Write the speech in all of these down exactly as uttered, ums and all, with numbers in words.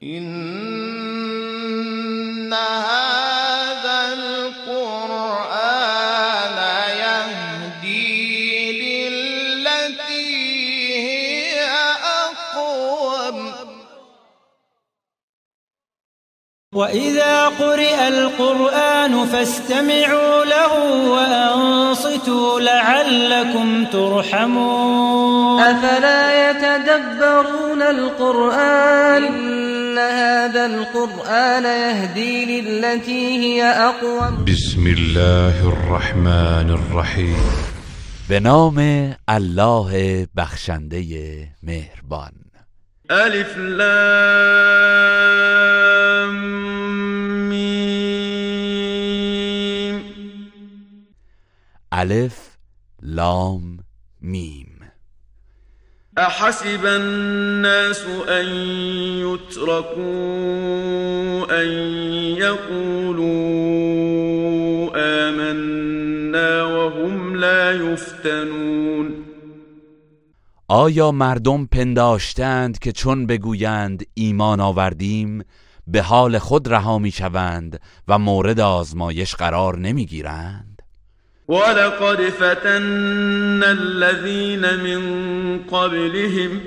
إن هذا القرآن يهدي للتي هي أقوم وإذا قرئ القرآن فاستمعوا له وأنصتوا لعلكم ترحمون أفلا يتدبرون القرآن إن هذا القرآن يهدي للتي هي أقوم بسم الله الرحمن الرحیم. به نام الله بخشنده مهربان. الف لام میم. الف لام میم. احسب الناس ان يتركوا ان يقولوا آمنا وهم لا يفتنون. آیا مردم پنداشتند که چون بگویند ایمان آوردیم به حال خود رها می شوند و مورد آزمایش قرار نمی گیرند؟ ولقد فتنا الذين من قبلهم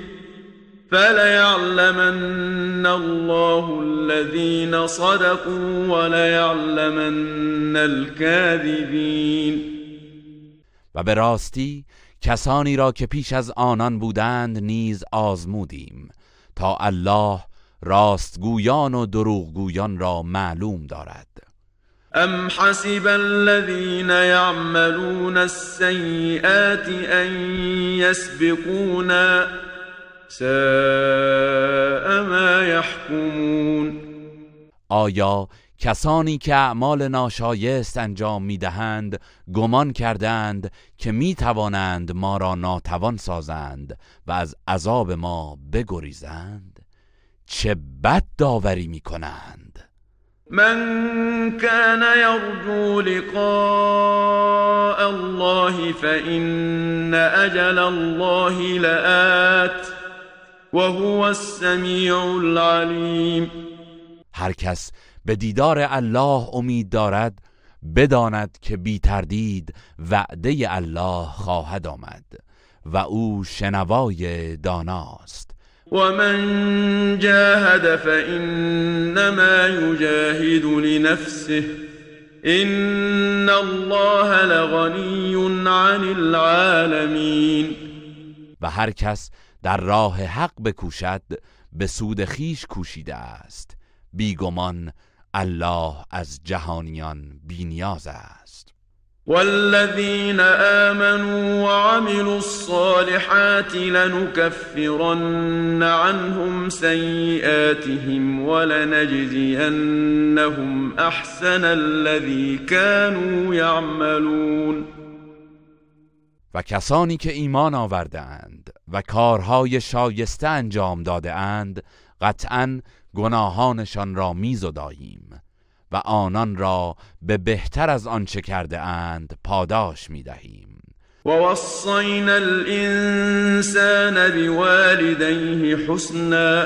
فليعلمن الله الذين صدقوا وليعلمن الكاذبين. و به راستی کسانی را که پیش از آنان بودند نیز آزمودیم تا الله راستگویان و دروغگویان را معلوم دارد. ام حسب الذين يعملون السيئات ان يسبقونا ساء ما يحكمون. آیا کسانی که اعمال ناشایست انجام می‌دهند گمان کردند که می‌توانند ما را ناتوان سازند و از عذاب ما بگریزند؟ چه بد داوری می‌کنند. من كان يرجو لقاء الله فإن أجل الله لآت وهو السميع العليم. هر کس به دیدار الله امید دارد بداند که بی تردید وعده الله خواهد آمد و او شنوای داناست. ومن جاهد فإنما يجاهد لنفسه إن الله لغني عن العالمين. و هر کس در راه حق بکوشد به سود خیش کوشیده است، بیگمان الله از جهانیان بی‌نیاز است. والذين آمنوا وعملوا الصالحات لنكفرن عنهم سيئاتهم ولنجزينهم أحسن الذي كانوا يعملون. و کسانی که ایمان آورده اند و کارهای شایسته انجام داده اند قطعاً گناهانشان را میزداییم و آنان را به بهتر از آنچه کرده اند پاداش میدهیم. ووصينا الإنسان بوالديه حسنا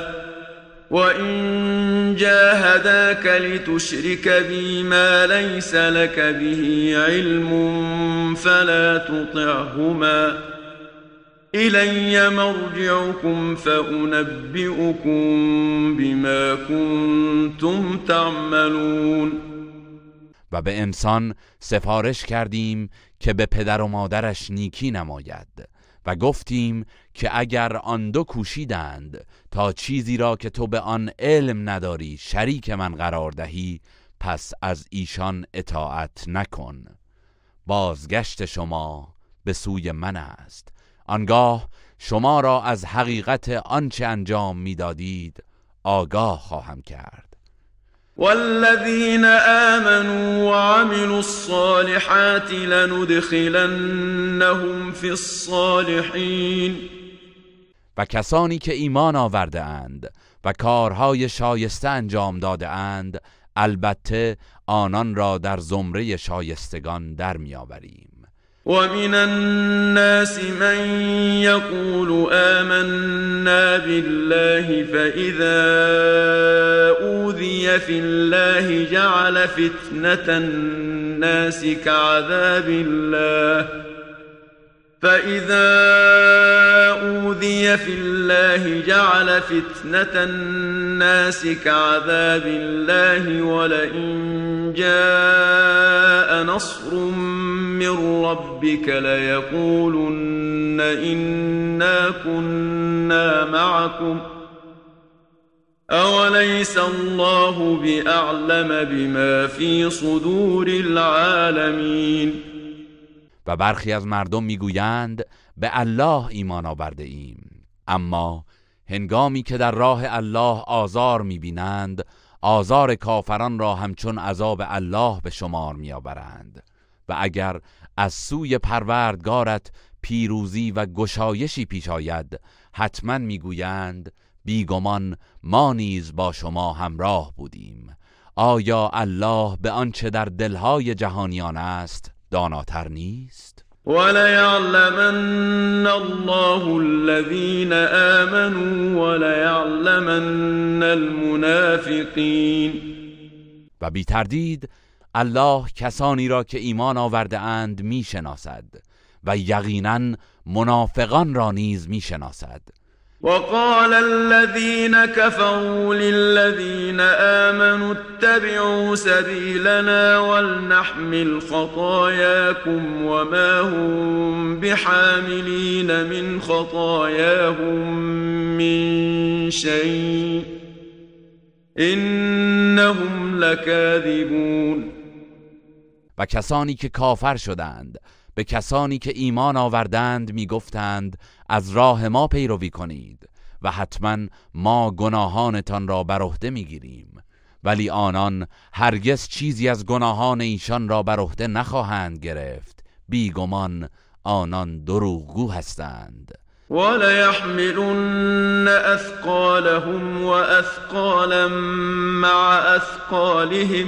وإن جاهداك لتشرك بي ما ليس لك به علم فلا تطعهما إلي مرجعكم فأنبئكم بما كنتم تعملون. و به انسان سفارش کردیم که به پدر و مادرش نیکی نماید و گفتیم که اگر آن دو کوشیدند تا چیزی را که تو به آن علم نداری شریک من قرار دهی پس از ایشان اطاعت نکن. بازگشت شما به سوی من است، آنگاه شما را از حقیقت آنچه انجام میدادید آگاه خواهم کرد. والذين آمنوا وعملوا الصالحات لندخلنهم في الصالحين. و کسانی که ایمان آورده اند و کارهای شایسته انجام داده اند البته آنان را در زمره شایستگان در میآوریم. ومن الناس من يقول آمنا بالله فإذا أوذي في الله جعل فتنة الناس كعذاب الله فإذا أوذي في الله جعل فتنة الناس كعذاب الله ولئن جاء نصر من ربك ليقولن إنا كنا معكم أوليس الله بأعلم بما في صدور العالمين. و برخی از مردم میگویند به الله ایمان آورده ایم، اما هنگامی که در راه الله آزار میبینند آزار کافران را همچون عذاب الله به شمار میآورند. و اگر از سوی پروردگارت پیروزی و گشایشی پیش آید حتما میگویند بیگمان ما نیز با شما همراه بودیم. آیا الله به آنچه در دلهای جهانیان است داناتر نیست؟ وَلَيَعْلَمَنَّ اللَّهُ الَّذِينَ آمَنُوا وَلَيَعْلَمَنَّ الْمُنَافِقِينَ. و بی تردید الله کسانی را که ایمان آورده اند می شناسد و یقینا منافقان را نیز می شناسد. وقال الذين كفروا للذين آمنوا اتبعوا سبيلنا ولنحمل خطاياكم وما هم بحاملين من خطاياهم من شيء إنهم لكاذبون. و کسانی که کافر شدند به کسانی که ایمان آوردند می گفتند از راه ما پیروی کنید و حتما ما گناهانتان را بر عهده می گیریم، ولی آنان هرگز چیزی از گناهان ایشان را بر عهده نخواهند گرفت. بیگمان آنان دروغگو هستند. وَلَيَحْمِلُنَّ أَثْقَالَهُمْ وَأَثْقَالًا مَعَ أَثْقَالِهِمْ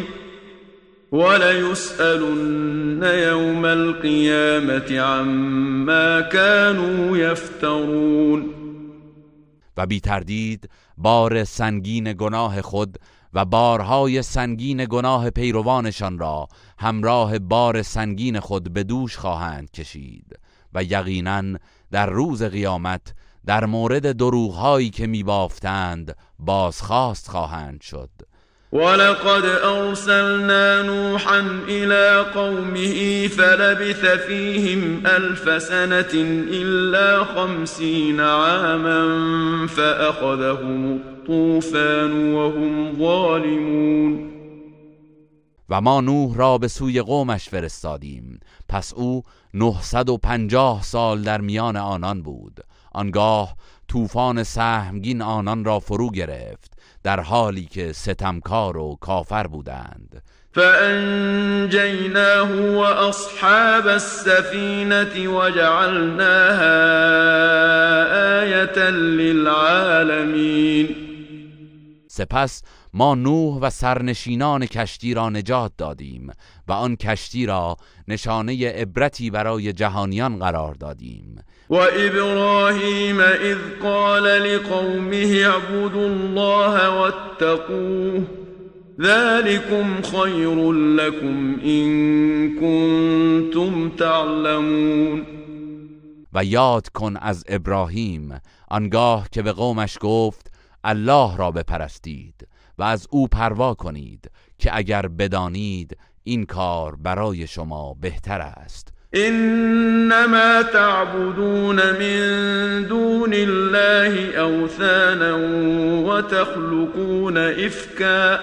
وَلَيُسْأَلُنَّ يَوْمَ الْقِيَامَةِ عَمَّا كَانُوا يَفْتَرُونَ. و بی تردید بار سنگین گناه خود و بارهای سنگین گناه پیروانشان را همراه بار سنگین خود به دوش خواهند کشید و یقینا در روز قیامت در مورد دروغهایی که می‌بافتند بازخواست خواهند شد. وَلَقَدْ أَرْسَلْنَا نُوحًا إِلَى قَوْمِهِ فَلَبِثَ فِيهِمْ أَلْفَ سَنَةٍ إِلَّا خَمْسِينَ عَامًا فَأَخَذَهُمُ الطُّوفَانُ وَهُمْ ظَالِمُونَ. و ما نوح را به سوی قومش فرستادیم، پس او نهصد و پنجاه سال در میان آنان بود. آنگاه طوفان سهمگین آنان را فرو گرفت در حالی که ستمکار و کافر بودند. فَأَنْجَيْنَاهُ وَأَصْحَابَ السَّفِينَةِ وَجَعَلْنَاهَا آيَةً لِلْعَالَمِينَ. سپس ما نوح و سرنشینان کشتی را نجات دادیم و آن کشتی را نشانه عبرتی برای جهانیان قرار دادیم. وَإِبْرَاهِيمَ إِذْ قَالَ لِقَوْمِهِ اعْبُدُوا اللَّهَ وَاتَّقُوهُ ذَلِكُمْ خَيْرٌ لَكُمْ إِن كُنتُمْ تَعْلَمُونَ. و یاد کن از ابراهیم آنگاه که به قومش گفت الله را بپرستید و از او پروا کنید که اگر بدانید این کار برای شما بهتر است. إنما تعبدون من دون الله أوثانا وتخلقون إفكا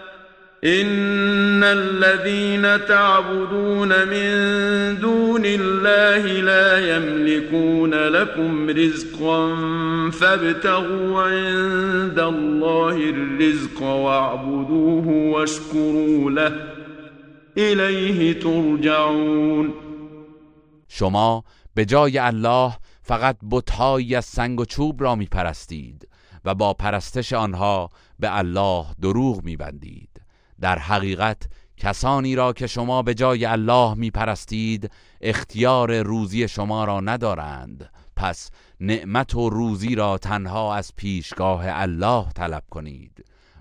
إن الذين تعبدون من دون الله لا يملكون لكم رزقا فابتغوا عند الله الرزق واعبدوه واشكروا له إليه ترجعون. شما به جای الله فقط بت‌هایی از سنگ و چوب را می پرستید و با پرستش آنها به الله دروغ می بندید. در حقیقت کسانی را که شما به جای الله می پرستید اختیار روزی شما را ندارند، پس نعمت و روزی را تنها از پیشگاه الله طلب کنید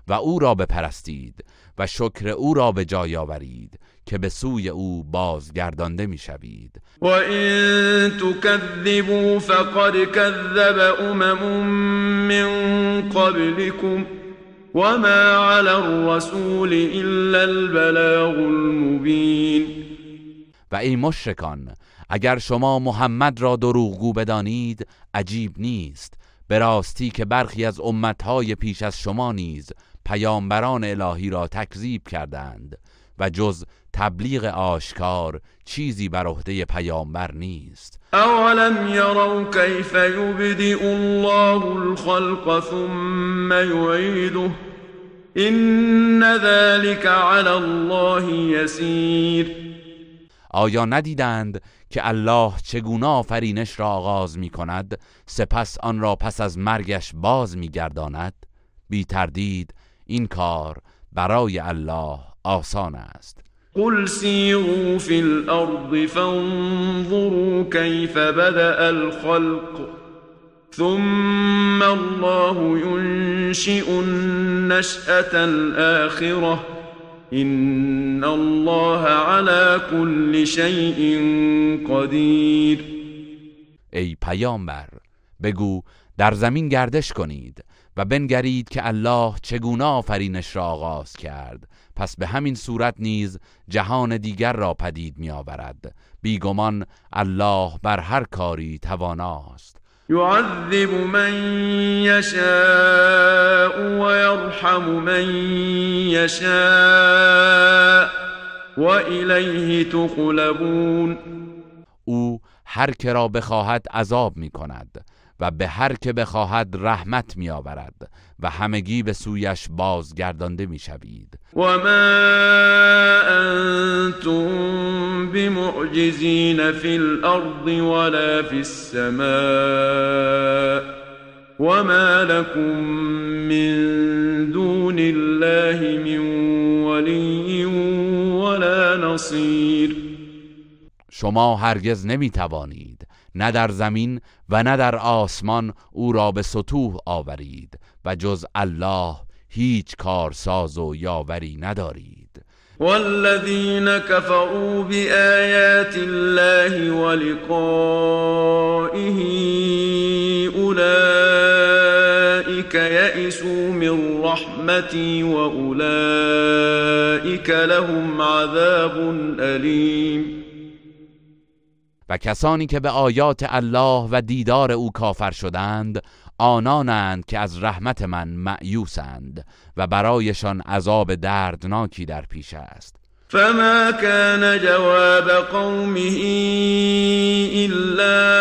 و او را بپرستید و شکر او را به جای آورید که به سوی او بازگردانده میشوید. و این تکذبوا فقد کذب امم من قبلكم وما علی الرسول الا البلاغ المبین. و ای مشرکان، اگر شما محمد را دروغگو بدانید عجیب نیست، به راستی که برخی از امتهای پیش از شما نیز پیامبران الهی را تکذیب کردند و جز تبلیغ آشکار چیزی بر عهده پیامبر نیست. اولم یروا کیف یبدئ الله الخلق ثم یعیده ان ذلك علی الله یسیر. آیا ندیدند که الله چگونه آفرینش را آغاز می کند سپس آن را پس از مرگش باز می گرداند؟ بی تردید این کار برای الله آسان است. قل سیروا فی الارض فانظروا کیف بدأ الخلق ثم الله ينشئ النشأة الآخرة ان الله على كل شيء قدیر. ای پیامبر، بگو در زمین گردش کنید و بنگرید که الله چگونه آفرینش را آغاز کرد، پس به همین صورت نیز جهان دیگر را پدید می آورد. بیگمان الله بر هر کاری تواناست. يعذب من يشاء ويرحم من يشاء وإليه تقلبون. او هر که را بخواهد عذاب می کند و به هر که بخواهد رحمت می آورد و همگی به سویش بازگردانده می شوید. و ما انتم بمعجزین فی الارض ولا فی السماء و ما لكم من دون الله من ولی ولا نصیر. شما هرگز نمی توانید نه در زمین و نه در آسمان او را به سطوح آورید و جز الله هیچ کارساز و یاوری ندارید. والذین کفروا بآیات الله ولقائه اولئک یئسوا من رحمتی و اولئک لهم عذاب الیم. و کسانی که به آیات الله و دیدار او کافر شدند آنانند که از رحمت من مأیوسند و برایشان عذاب دردناکی در پیش است. فما كان جواب قومه إلا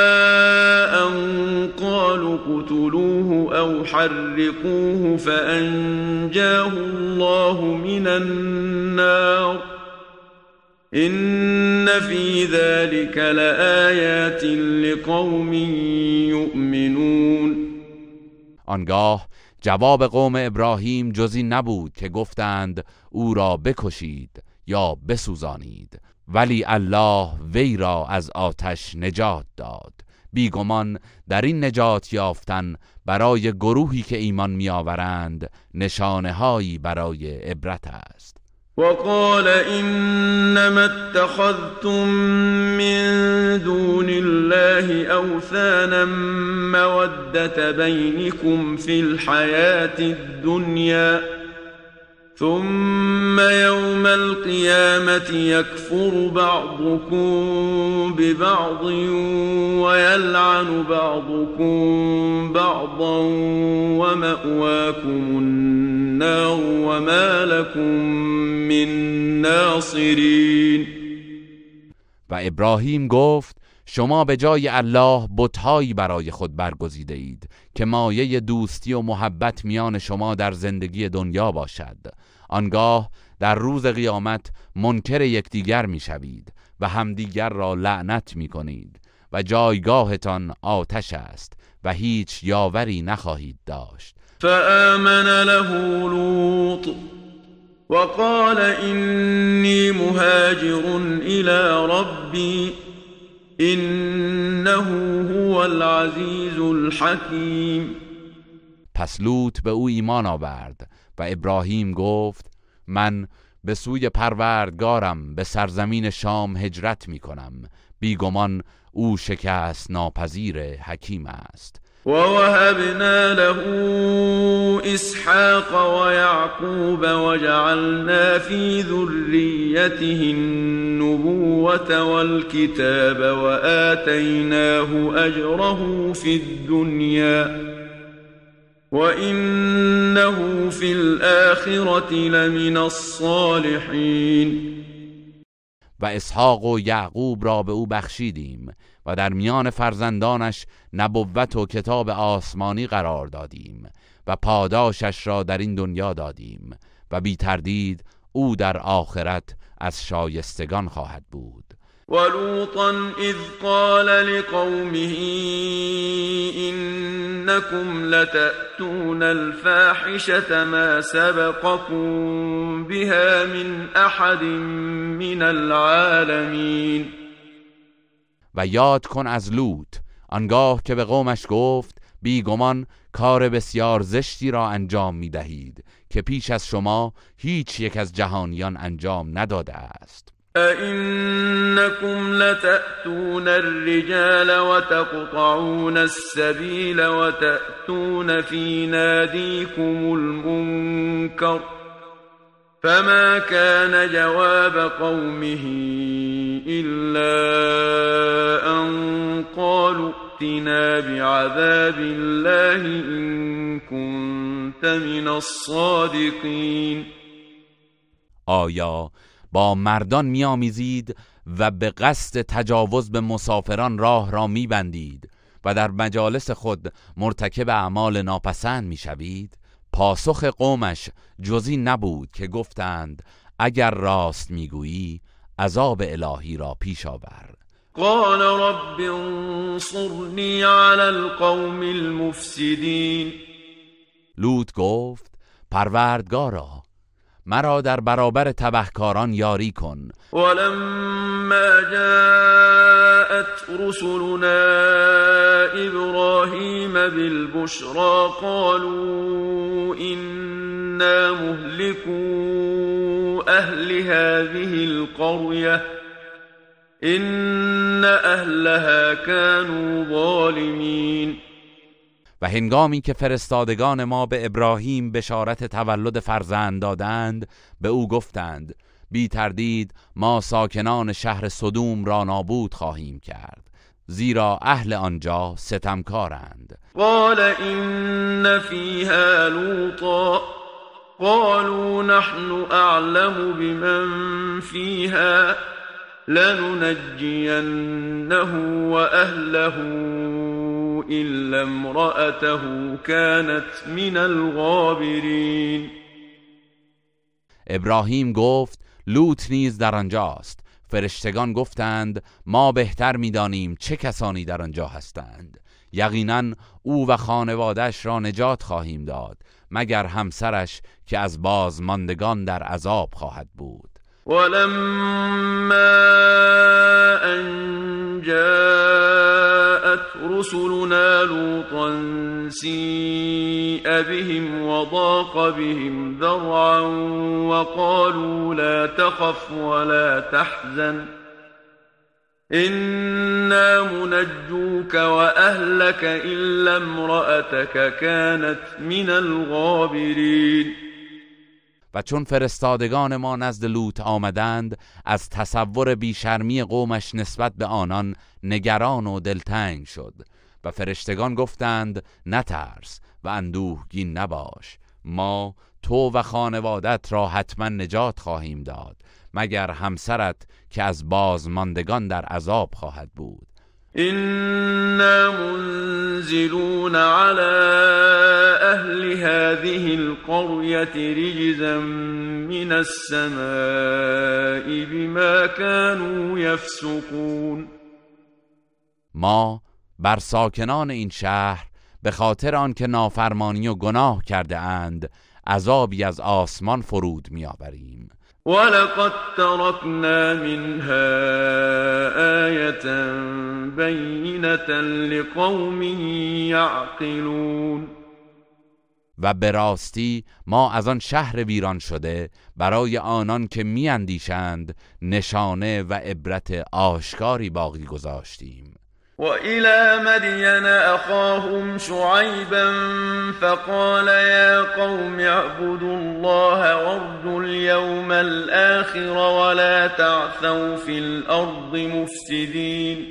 أن قالوا قتلوه أو حرقوه فأنجاه الله من النار إن في ذلك لآيات لقوم يؤمنون. آنگاه جواب قوم ابراهیم جز این نبود که گفتند او را بکشید یا بسوزانید، ولی الله وی را از آتش نجات داد. بیگمان در این نجات یافتن برای گروهی که ایمان میآورند نشانه هایی برای عبرت است. وقال إنما اتخذتم من دون الله أوثانا مودة بينكم في الحياة الدنيا ثم يوم القيامة يكفر بعضكم ببعض ويلعن بعضكم بعضا ومأواكم النار وما لكم من ناصرین. و ابراهیم گفت شما به جای الله بت‌هایی برای خود برگزیده اید که مایه دوستی و محبت میان شما در زندگی دنیا باشد. آنگاه در روز قیامت منکر یکدیگر میشوید و همدیگر را لعنت میکنید و جایگاهتان آتش است و هیچ یاوری نخواهید داشت. فآمن له لوط وقال إني مهاجر إلى ربي إنه هو العزيز الحكيم. پس لوط به او ایمان آورد و ابراهیم گفت من به سوی پروردگارم به سرزمین شام هجرت می کنم، بیگمان او شکست ناپذیر حکیم است. ووهبنا له اسحاق ويعقوب وجعلنا في ذريته النبوة والكتاب وآتيناه أجره في الدنيا وإنه في الآخرة لمن الصالحين. و اسحاق و یعقوب را به او بخشیدیم و در میان فرزندانش نبوت و کتاب آسمانی قرار دادیم و پاداشش را در این دنیا دادیم و بی تردید او در آخرت از شایستگان خواهد بود. ولوطا اذ قال لقومه انكم لتأتون الفاحشة ما سبقكم بها من احد من العالمین. و یاد کن از لوط آنگاه که به قومش گفت بیگمان کار بسیار زشتی را انجام می دهید که پیش از شما هیچ یک از جهانیان انجام نداده است. أئنكم لتأتون الرجال وتقطعون السبيل وتأتون في ناديكم المنكر فما كان جواب قومه إلا أن قالوا ائتنا بعذاب الله إن كنت من الصادقين. آیا با مردان می‌آمیزید و به قصد تجاوز به مسافران راه را می‌بندید و در مجالس خود مرتکب اعمال ناپسند می‌شوید؟ پاسخ قومش جزی نبود که گفتند اگر راست می‌گویی عذاب الهی را پیش آور. قال رب انصرنی علی القوم المفسدین. لوط گفت پروردگارا مرا در برابر تبهکاران یاری کن. ولما جاءت رسلنا ابراهیم بالبشرى قالوا إنا مهلكو اهل هذه القرية إن اهلها كانوا ظالمین. و هنگامی که فرستادگان ما به ابراهیم بشارت تولد فرزند دادند به او گفتند بی تردید ما ساکنان شهر سدوم را نابود خواهیم کرد زیرا اهل آنجا ستمکارند. قال إن فيها لوطا قالوا نحن أعلم بمن فيها لننجينه وأهله إلا امرأته كانت من الغابرین. ابراهیم گفت لوط نیز در آنجاست. فرشتگان گفتند ما بهتر می‌دانیم چه کسانی در آنجا هستند. یقینا او و خانواده‌اش را نجات خواهیم داد مگر همسرش که از بازماندگان در عذاب خواهد بود. ولما ان جاءت رسلنا لوطا سیء بهم وضاق بهم ذرعا وقالوا لا تخف ولا تحزن إنا منجوك وأهلك إلا امرأتك كانت من الغابرین. و چون فرستادگان ما نزد لوط آمدند از تصور بیشرمی قومش نسبت به آنان نگران و دلتنگ شد و فرشتگان گفتند نترس و اندوهگین نباش ما تو و خانوادت را حتما نجات خواهیم داد مگر همسرت که از بازماندگان در عذاب خواهد بود. إنا منزلون على أهل هذه القرية رجزا من السماء بما كانوا يفسقون. ما بر ساکنان این شهر به خاطر آنکه نافرمانی و گناه کرده اند عذابی از آسمان فرود می‌آوریم. ولقد تركنا منها آية بينة لقوم يعقلون. و به راستی ما از آن شهر ویران شده برای آنان که میاندیشند نشانه و عبرت آشکاری باقی گذاشتیم. وإلى مدين أخاهم شعيبا فقال يا قوم اعبدوا الله وارجوا اليوم الآخر ولا تعثوا في الأرض مفسدين.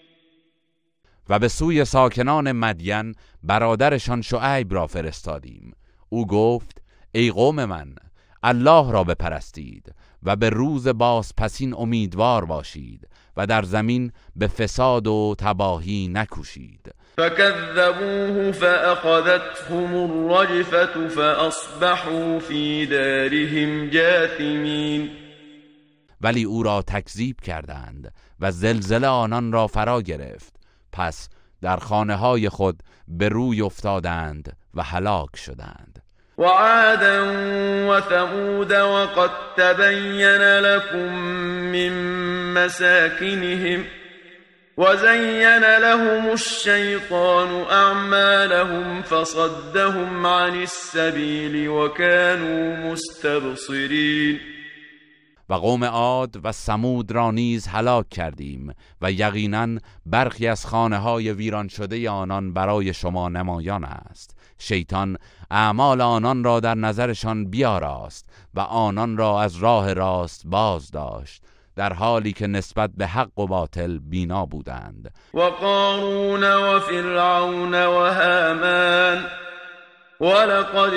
و به سوی ساکنان مدین برادرشان شعیب را فرستادیم. او گفت ای قوم من، الله را بپرستید و به روز بازپسین امیدوار باشید و در زمین به فساد و تباهی نکوشید. فكذبوه فأخذتهم الرجفة فأصبحوا في دارهم جاثمين. ولی او را تکذیب کردند و زلزله آنان را فرا گرفت، پس در خانه های خود به روی افتادند و هلاک شدند. وعادا وثمود وقد تبين لكم من مساكنهم وزين لهم الشيطان أعمالهم فصدهم عن السبيل وكانوا مستبصرين. و قوم عاد و ثمود را نیز هلاک کردیم و یقینا برخی از خانه های ویران شده آنان برای شما نمایان است. شیطان اعمال آنان را در نظرشان بیاراست و آنان را از راه راست باز داشت، در حالی که نسبت به حق و باطل بینا بودند. و قارون و فرعون و هامان ولقد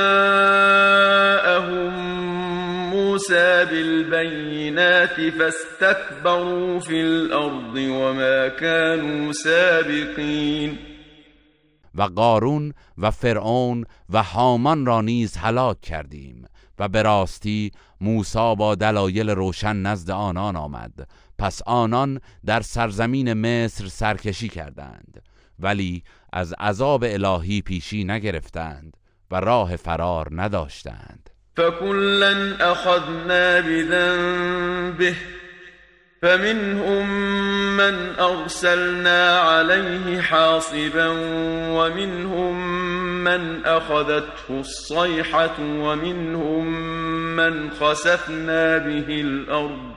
جاءهم موسى بالبينات فاستكبروا في الأرض وما كانوا سابقين. و قارون و فرعون و هامان را نیز هلاک کردیم و به راستی موسی با دلایل روشن نزد آنان آمد، پس آنان در سرزمین مصر سرکشی کردند ولی از عذاب الهی پیشی نگرفتند و راه فرار نداشتند. فكلا أخذنا بذنبه فمنهم من أرسلنا عليه حاصبا ومنهم من أخذته الصيحة ومنهم من خسفنا به الأرض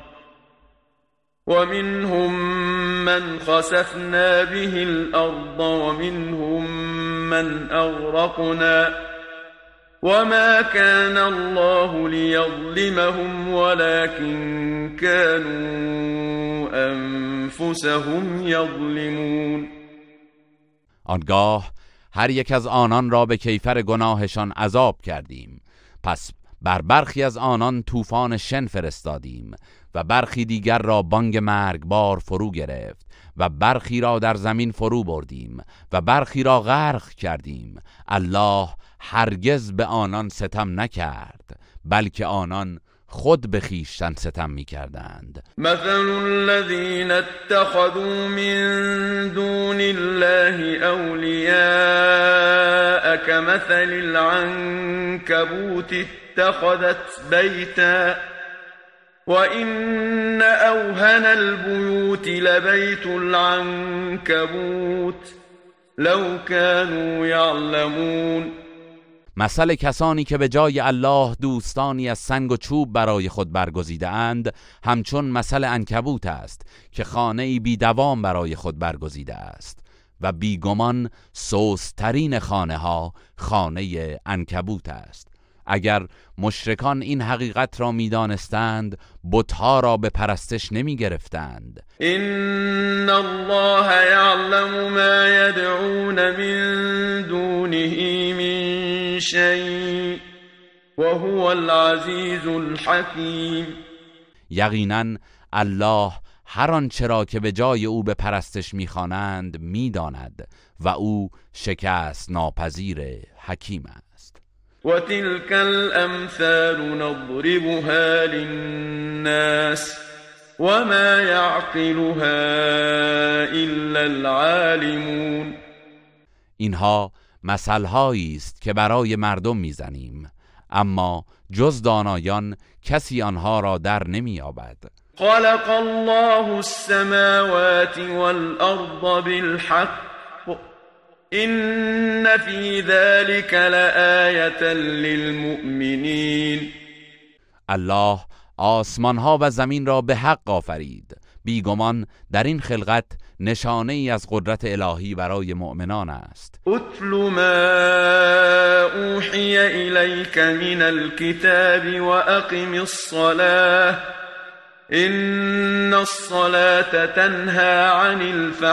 ومنهم من خسفنا به الأرض ومنهم من أغرقنا وما كان الله ليظلمهم ولكن كانوا أنفسهم يظلمون. آنگاه هر یک از آنان را به کیفر گناهشان عذاب کردیم، پس بر برخی از آنان طوفان شن فرستادیم و برخی دیگر را بانگ مرگبار فرو گرفت و برخی را در زمین فرو بردیم و برخی را غرق کردیم. الله هرگز به آنان ستم نکرد، بلکه آنان خود به خویشتن ستم می‌کردند. مثل الذين اتخذوا من دون الله أولياء كمثل العنكبوت اتخذت بيتا وإن أوهن البيوت لبيت العنكبوت لو كانوا يعلمون. مثل کسانی که به جای الله دوستانی از سنگ و چوب برای خود برگزیده اند همچون مثل عنکبوت است که خانه‌ای بی دوام برای خود برگزیده است و بیگمان سوسترین خانه ها خانه عنکبوت است. اگر مشرکان این حقیقت را می‌دانستند بت‌ها را به پرستش نمی‌گرفتند. ان الله یعلم ما یدعون من دونه من شیء وهو العزیز الحکیم. یقینا الله هر آنچه را که به جای او به پرستش می‌خوانند می‌داند و او شکست ناپذیر حکیم است. وتلك الأمثال نضربها للناس وما يعقلها إلا العالمون. اینها مثل‌هایی است که برای مردم میزنیم، اما جز دانایان کسی آنها را در نمی‌یابد. خلق الله السماوات والأرض بالحق إن في ذلك لآية للمؤمنین. الله آسمان ها و زمین را به حق آفرید. بیگمان در این خلقت نشانه ای از قدرت الهی برای مؤمنان است. اتل ما اوحی الیک من الكتاب و اقم الصلاة ان الصلاة تنهى عن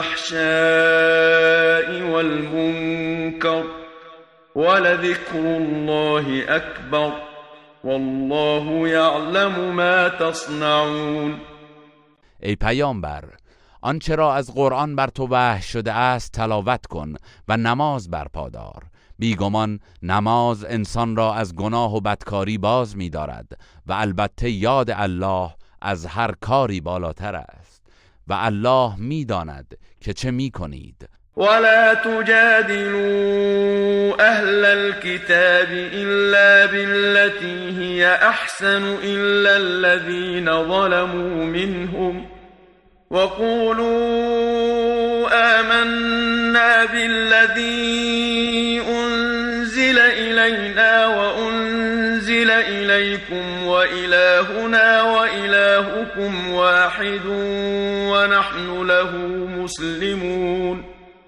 الفحشاء والمنکر ولذکر الله اکبر والله یعلم ما تصنعون. ای پیامبر، آنچه را از قرآن بر تو وحی شده است تلاوت کن و نماز برپا دار. بیگمان نماز انسان را از گناه و بدکاری باز می دارد و البته یاد الله از هر کاری بالاتر است و الله می داند که چه می کنید. ولا تجادلوا اهل الكتاب الا بالتي هي احسن الا الذين ظلموا منهم وقولوا آمنا بالذي أنزل إلينا وأنزل إليكم وإلهنا وإلهكم واحد ونحن له مسلمون.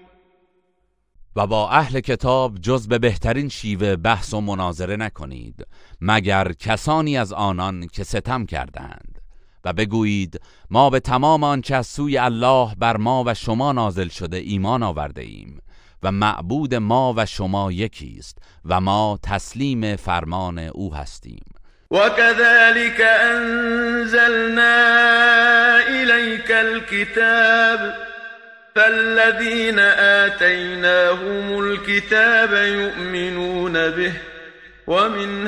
و با اهل کتاب جز به بهترین شیوه بحث و مناظره نکنید مگر کسانی از آنان که ستم کردند و بگویید ما به تمام آنچه از سوی الله بر ما و شما نازل شده ایمان آورده ایم و معبود ما و شما یکی است و ما تسلیم فرمان او هستیم. وكذلك أنزلنا إليك الكتاب فالذين آتيناهم الكتاب يؤمنون به ومن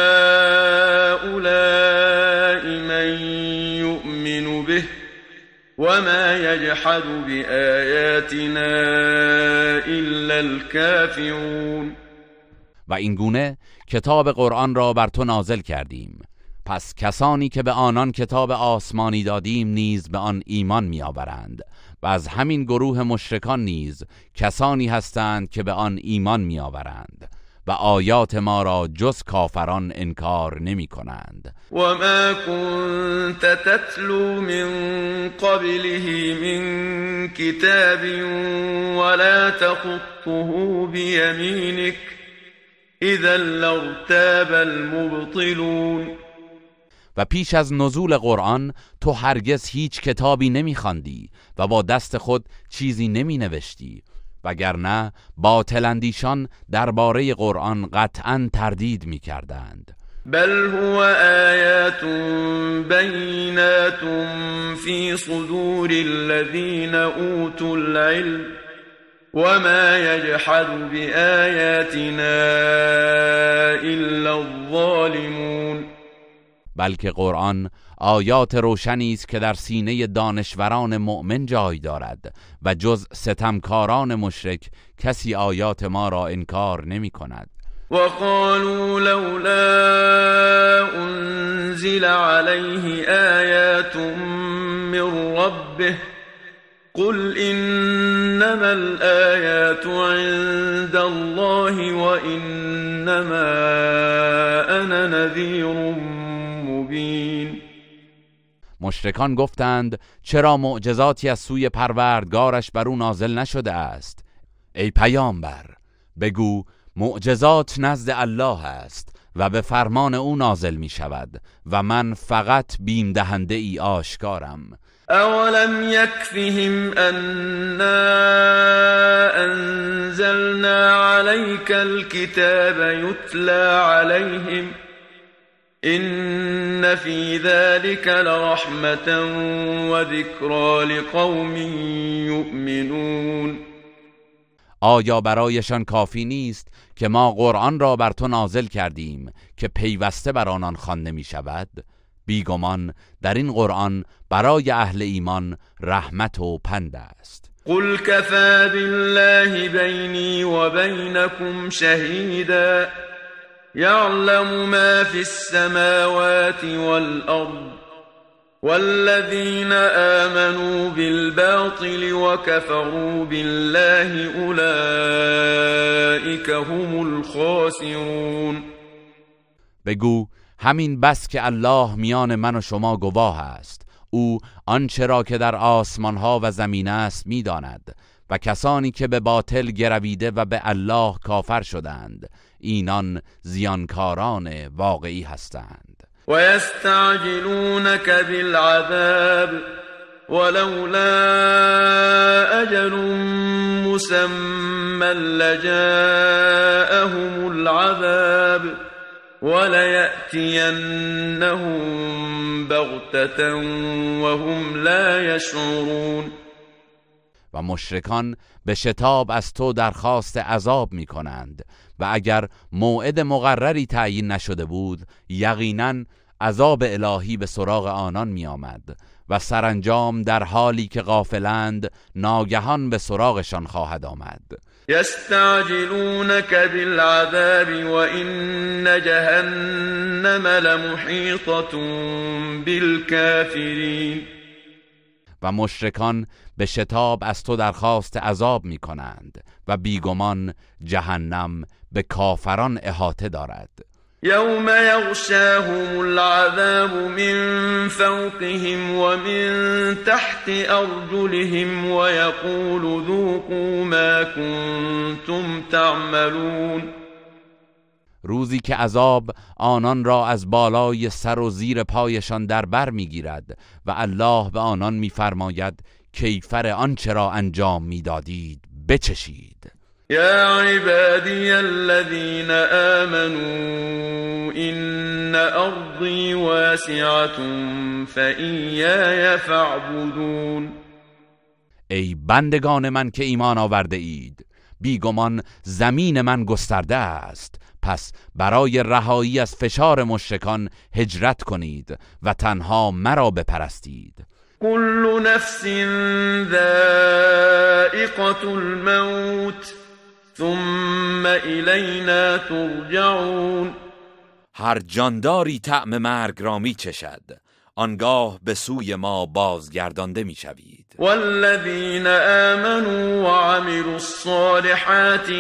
هؤلاء من يؤمن به وما يجحد بآياتنا إلا الكافرون. و این گونه کتاب قرآن را بر تو نازل کردیم، پس کسانی که به آنان کتاب آسمانی دادیم نیز به آن ایمان می‌آورند و از همین گروه مشرکان نیز کسانی هستند که به آن ایمان می‌آورند و آیات ما را جز کافران انکار نمی کنند. و ما كنت تتلو من قبله من كتاب ولا تخطه بيمينك اذا لارتاب المبطلون. و پیش از نزول قرآن تو هرگز هیچ کتابی نمی خواندی و با دست خود چیزی نمی نوشتی، وگرنه باطل اندیشان درباره قرآن قطعاً تردید می کردند. بل هو آیات بینات فی صدور الذین اوتوا العلم وما یجحد بآیاتنا الا الظالمون. بلکه قرآن آیات روشنی است که در سینه دانشوران مؤمن جای دارد و جز ستمکاران مشرک کسی آیات ما را انکار نمی کند. وقالوا لولا انزل عليه آیات من ربه قل انما الآیات عند الله وانما انا نذیر مبین. مشرکان گفتند چرا معجزاتی از سوی پروردگارش بر او نازل نشده است؟ ای پیامبر بگو معجزات نزد الله است و به فرمان او نازل می شود و من فقط بیم دهنده ای آشکارم. اولم یکفهم انا انزلنا عليك الكتاب یتلا علیهم ان فی ذلك لرحمة و ذکرى لقوم یؤمنون. آیا برایشان کافی نیست که ما قرآن را بر تو نازل کردیم که پیوسته بر آنان خوانده می شود؟ بیگمان در این قرآن برای اهل ایمان رحمت و پند است. قل كفى بالله بيني وبينكم شهيدا يعلم ما في السماوات والأرض والذين آمنوا بالباطل وكفروا بالله أولئك هم الخاسرون. بگو همین بس که الله میان من و شما گواه است، او آنچه را که در آسمان ها و زمین است میداند، و کسانی که به باطل گرویده و به الله کافر شدند اینان زیانکاران واقعی هستند. و یستعجلونک بالعذاب ولولا اجل مسمى لجاءهم العذاب وليأتينهم بغتة وهم لا يشعرون. و مشرکان به شتاب از تو درخواست عذاب می کنند و اگر موعد مقرری تعیین نشده بود یقیناً عذاب الهی به سراغ آنان می آمد و سرانجام در حالی که غافلند ناگهان به سراغشان خواهد آمد. یستعجلونک بالعذاب وإن جهنم لمحیطة بالکافرین. و مشرکان به شتاب از تو درخواست عذاب می کنند و بیگمان جهنم به کافران احاطه دارد. یوم یغشاهم العذاب من فوقهم ومن تحت ارجلهم ويقول ذوقوا ما كنتم تعملون. روزی که عذاب آنان را از بالای سر و زیر پایشان در بر میگیرد و الله به آنان میفرماید کیفر آنچه را انجام میدادید بچشید. یا عبادی الذین آمنوا ان ارضی واسعة فإیای فاعبدون. ای بندگان من که ایمان آورده اید، بیگمان زمین من گسترده است، پس برای رهایی از فشار مشرکان هجرت کنید و تنها مرا بپرستید. كل نفس ذائقة الموت ثم إلينا ترجعون. هر جانداری طعم مرگ را می چشد، آنگاه به سوی ما بازگردانده می شوید. والذین آمنوا وعملوا الصالحات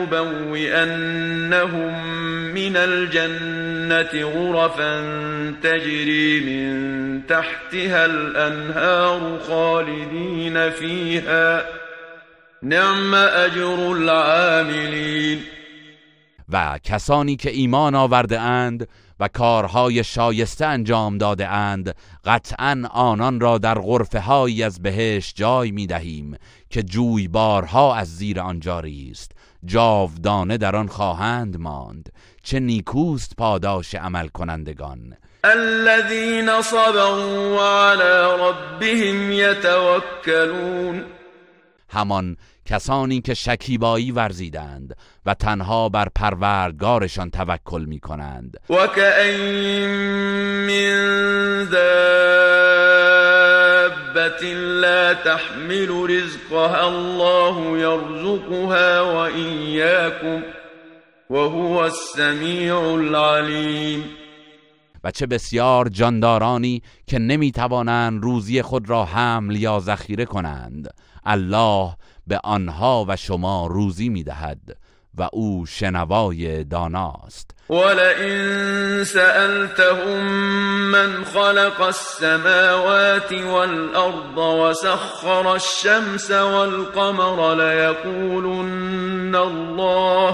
لنبوئنهم من الجنة غرفا تجری من تحتها الانهار خالدین فیها نعم اجر العاملین. و کسانی که ایمان آورده اند و کارهای شایسته انجام داده اند قطعاً آنان را در غرفه هایی از بهشت جای می دهیم که جویبارها از زیر آن جاری است، جاودانه در آن خواهند ماند. چه نیکوست پاداش عمل کنندگان. الذين صبروا وعلى ربهم يتوكلون. همان کسانی که شکیبایی ورزیدند و تنها بر پروردگارشان توکل می کنند. و کأین من دابة لا تحمل رزقها الله يرزقها و ایاکم و هو السمیع العلیم. و چه بسیار جاندارانی که نمی توانند روزی خود را حمل یا ذخیره کنند، الله به آنها و شما روزی می دهد و او شنوای داناست. ولئن سألتهم من خلق السماوات والأرض وسخر الشمس والقمر ليقولن الله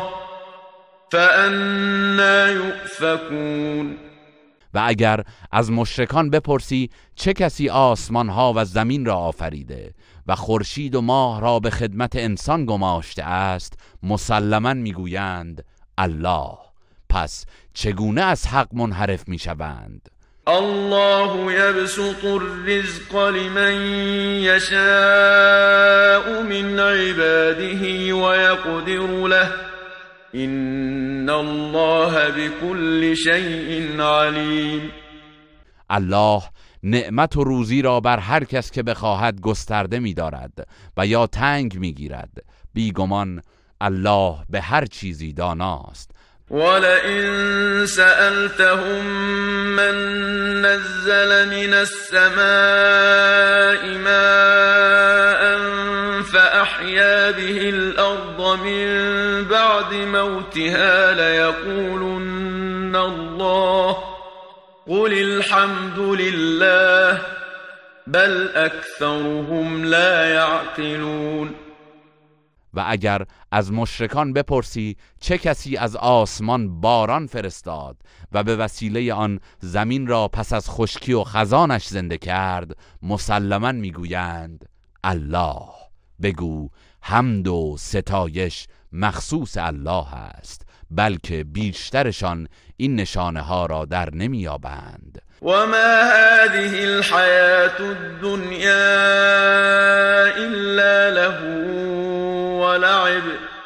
فأنا يؤفكون. و اگر از مشرکان بپرسی چه کسی آسمان ها و زمین را آفریده و خورشید و ماه را به خدمت انسان گماشته است، مسلماً میگویند الله. پس چگونه از حق منحرف میشوند؟ الله يبسط الرزق لمن يشاء من عباده ويقدر له ان الله بكل شيء علیم. الله نعمت و روزی را بر هر کس که بخواهد گسترده می‌دارد و یا تنگ می‌گیرد. بیگمان الله به هر چیزی داناست ولئن سألتهم من نزل من السماء ماء فأحيا به الأرض من بعد موتها ليقولن الله قل الحمد لله بل اکثرهم لا یعقلون. و اگر از مشرکان بپرسی چه کسی از آسمان باران فرستاد و به وسیله آن زمین را پس از خشکی و خزانش زنده کرد، مسلماً میگویند الله. بگو حمد و ستایش مخصوص الله است، بلکه بیشترشان این نشانه ها را در نمیابند. وما هذه الحياة الدنيا إلا له ولعب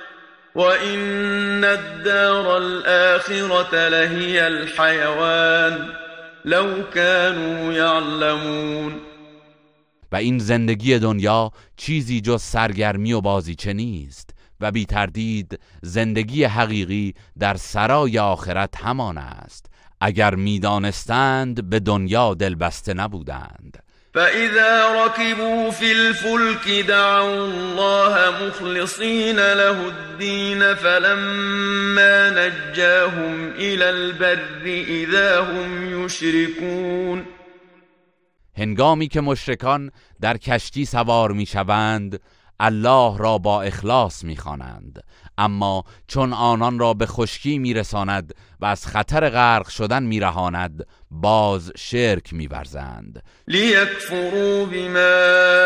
وإن الدار الآخرة لهي الحيوان لو كانوا يعلمون. و این زندگی دنیا چیزی جز سرگرمی و بازیچه نیست و بی تردید زندگی حقیقی در سرای آخرت همان است. اگر میدانستند به دنیا دلبسته نبودند. فَإِذَا رَكِبُوا فِي الْفُلْكِ دَعَوُا اللَّهَ مُخْلِصِينَ لَهُ الدِّينَ فَلَمَّا نَجَّاهُمْ إِلَى الْبَرِّ إِذَا هُمْ يُشْرِكُونَ. هنگامی که مشرکان در کشتی سوار میشوند الله را با اخلاص میخوانند، اما چون آنان را به خشکی میرساند و از خطر غرق شدن میرهاند باز شرک میورزند. لیکفروا بما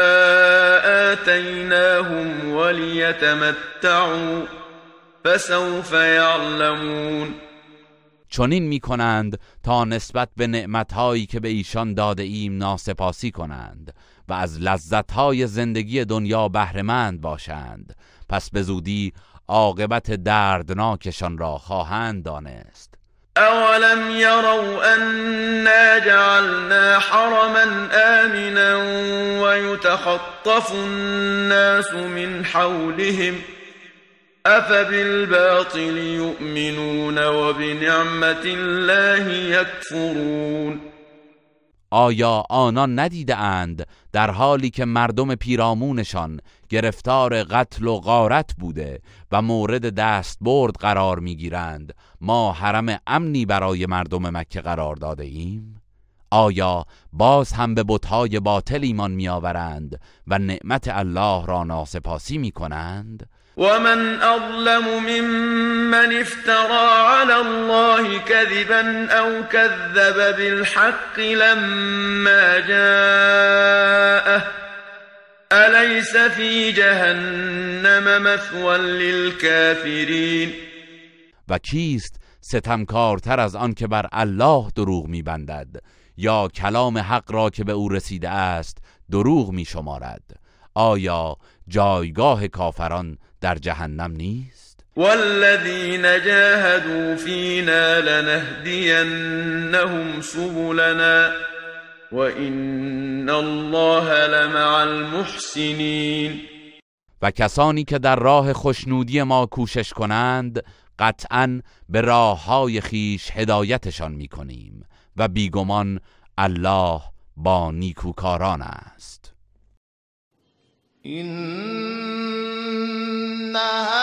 آتیناهم ولیتمتعوا فسوف یعلمون. چنین میکنند تا نسبت به نعمتهایی که به ایشان داده ایم ناسپاسی کنند و از لذتهای زندگی دنیا بهره‌مند باشند، پس به زودی عاقبت دردناکشان را خواهند دانست. اولم يروا أنا جعلنا حرما آمنا ويتخطف الناس من حولهم افبالباطل يؤمنون وبنعمت الله يكفرون. آیا آنان ندیده اند در حالی که مردم پیرامونشان گرفتار قتل و غارت بوده و مورد دستبرد قرار میگیرند ما حرم امنی برای مردم مکه قرار داده ایم؟ آیا باز هم به بت‌های باطل ایمان میآورند و نعمت الله را ناسپاسی میکنند؟ ومن أظلم ممن افترى على الله كذبا أو كذب بالحق لما جاءه أليس في جهنم مثوى للكافرين. و کیست ستمکارتر از آن که بر الله دروغ میبندد یا کلام حق را که به او رسیده است دروغ میشمارد؟ آیا جایگاه کافران در جهنم نیست؟ والذین جاهدوا فینا لنهدینهم سبلنا وان الله لمع المحسنین. و کسانی که در راه خوشنودی ما کوشش کنند قطعاً به راههای خیش هدایتشان میکنیم و بیگمان الله با نیکوکاران است. إنها